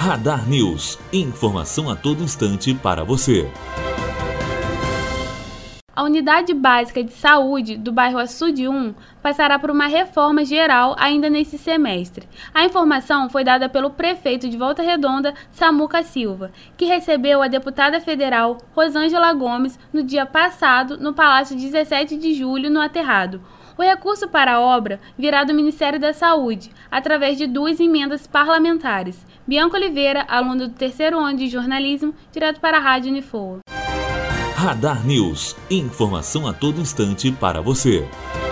Radar News. Informação a todo instante para você. A Unidade Básica de Saúde do bairro Açude 1 passará por uma reforma geral ainda nesse semestre. A informação foi dada pelo prefeito de Volta Redonda, Samuca Silva, que recebeu a deputada federal Rosângela Gomes no dia passado no Palácio 17 de Julho, no Aterrado. O recurso para a obra virá do Ministério da Saúde, através de 2 emendas parlamentares. Bianca Oliveira, aluna do 3º ano de jornalismo, direto para a Rádio Unifoa. Radar News. Informação a todo instante para você.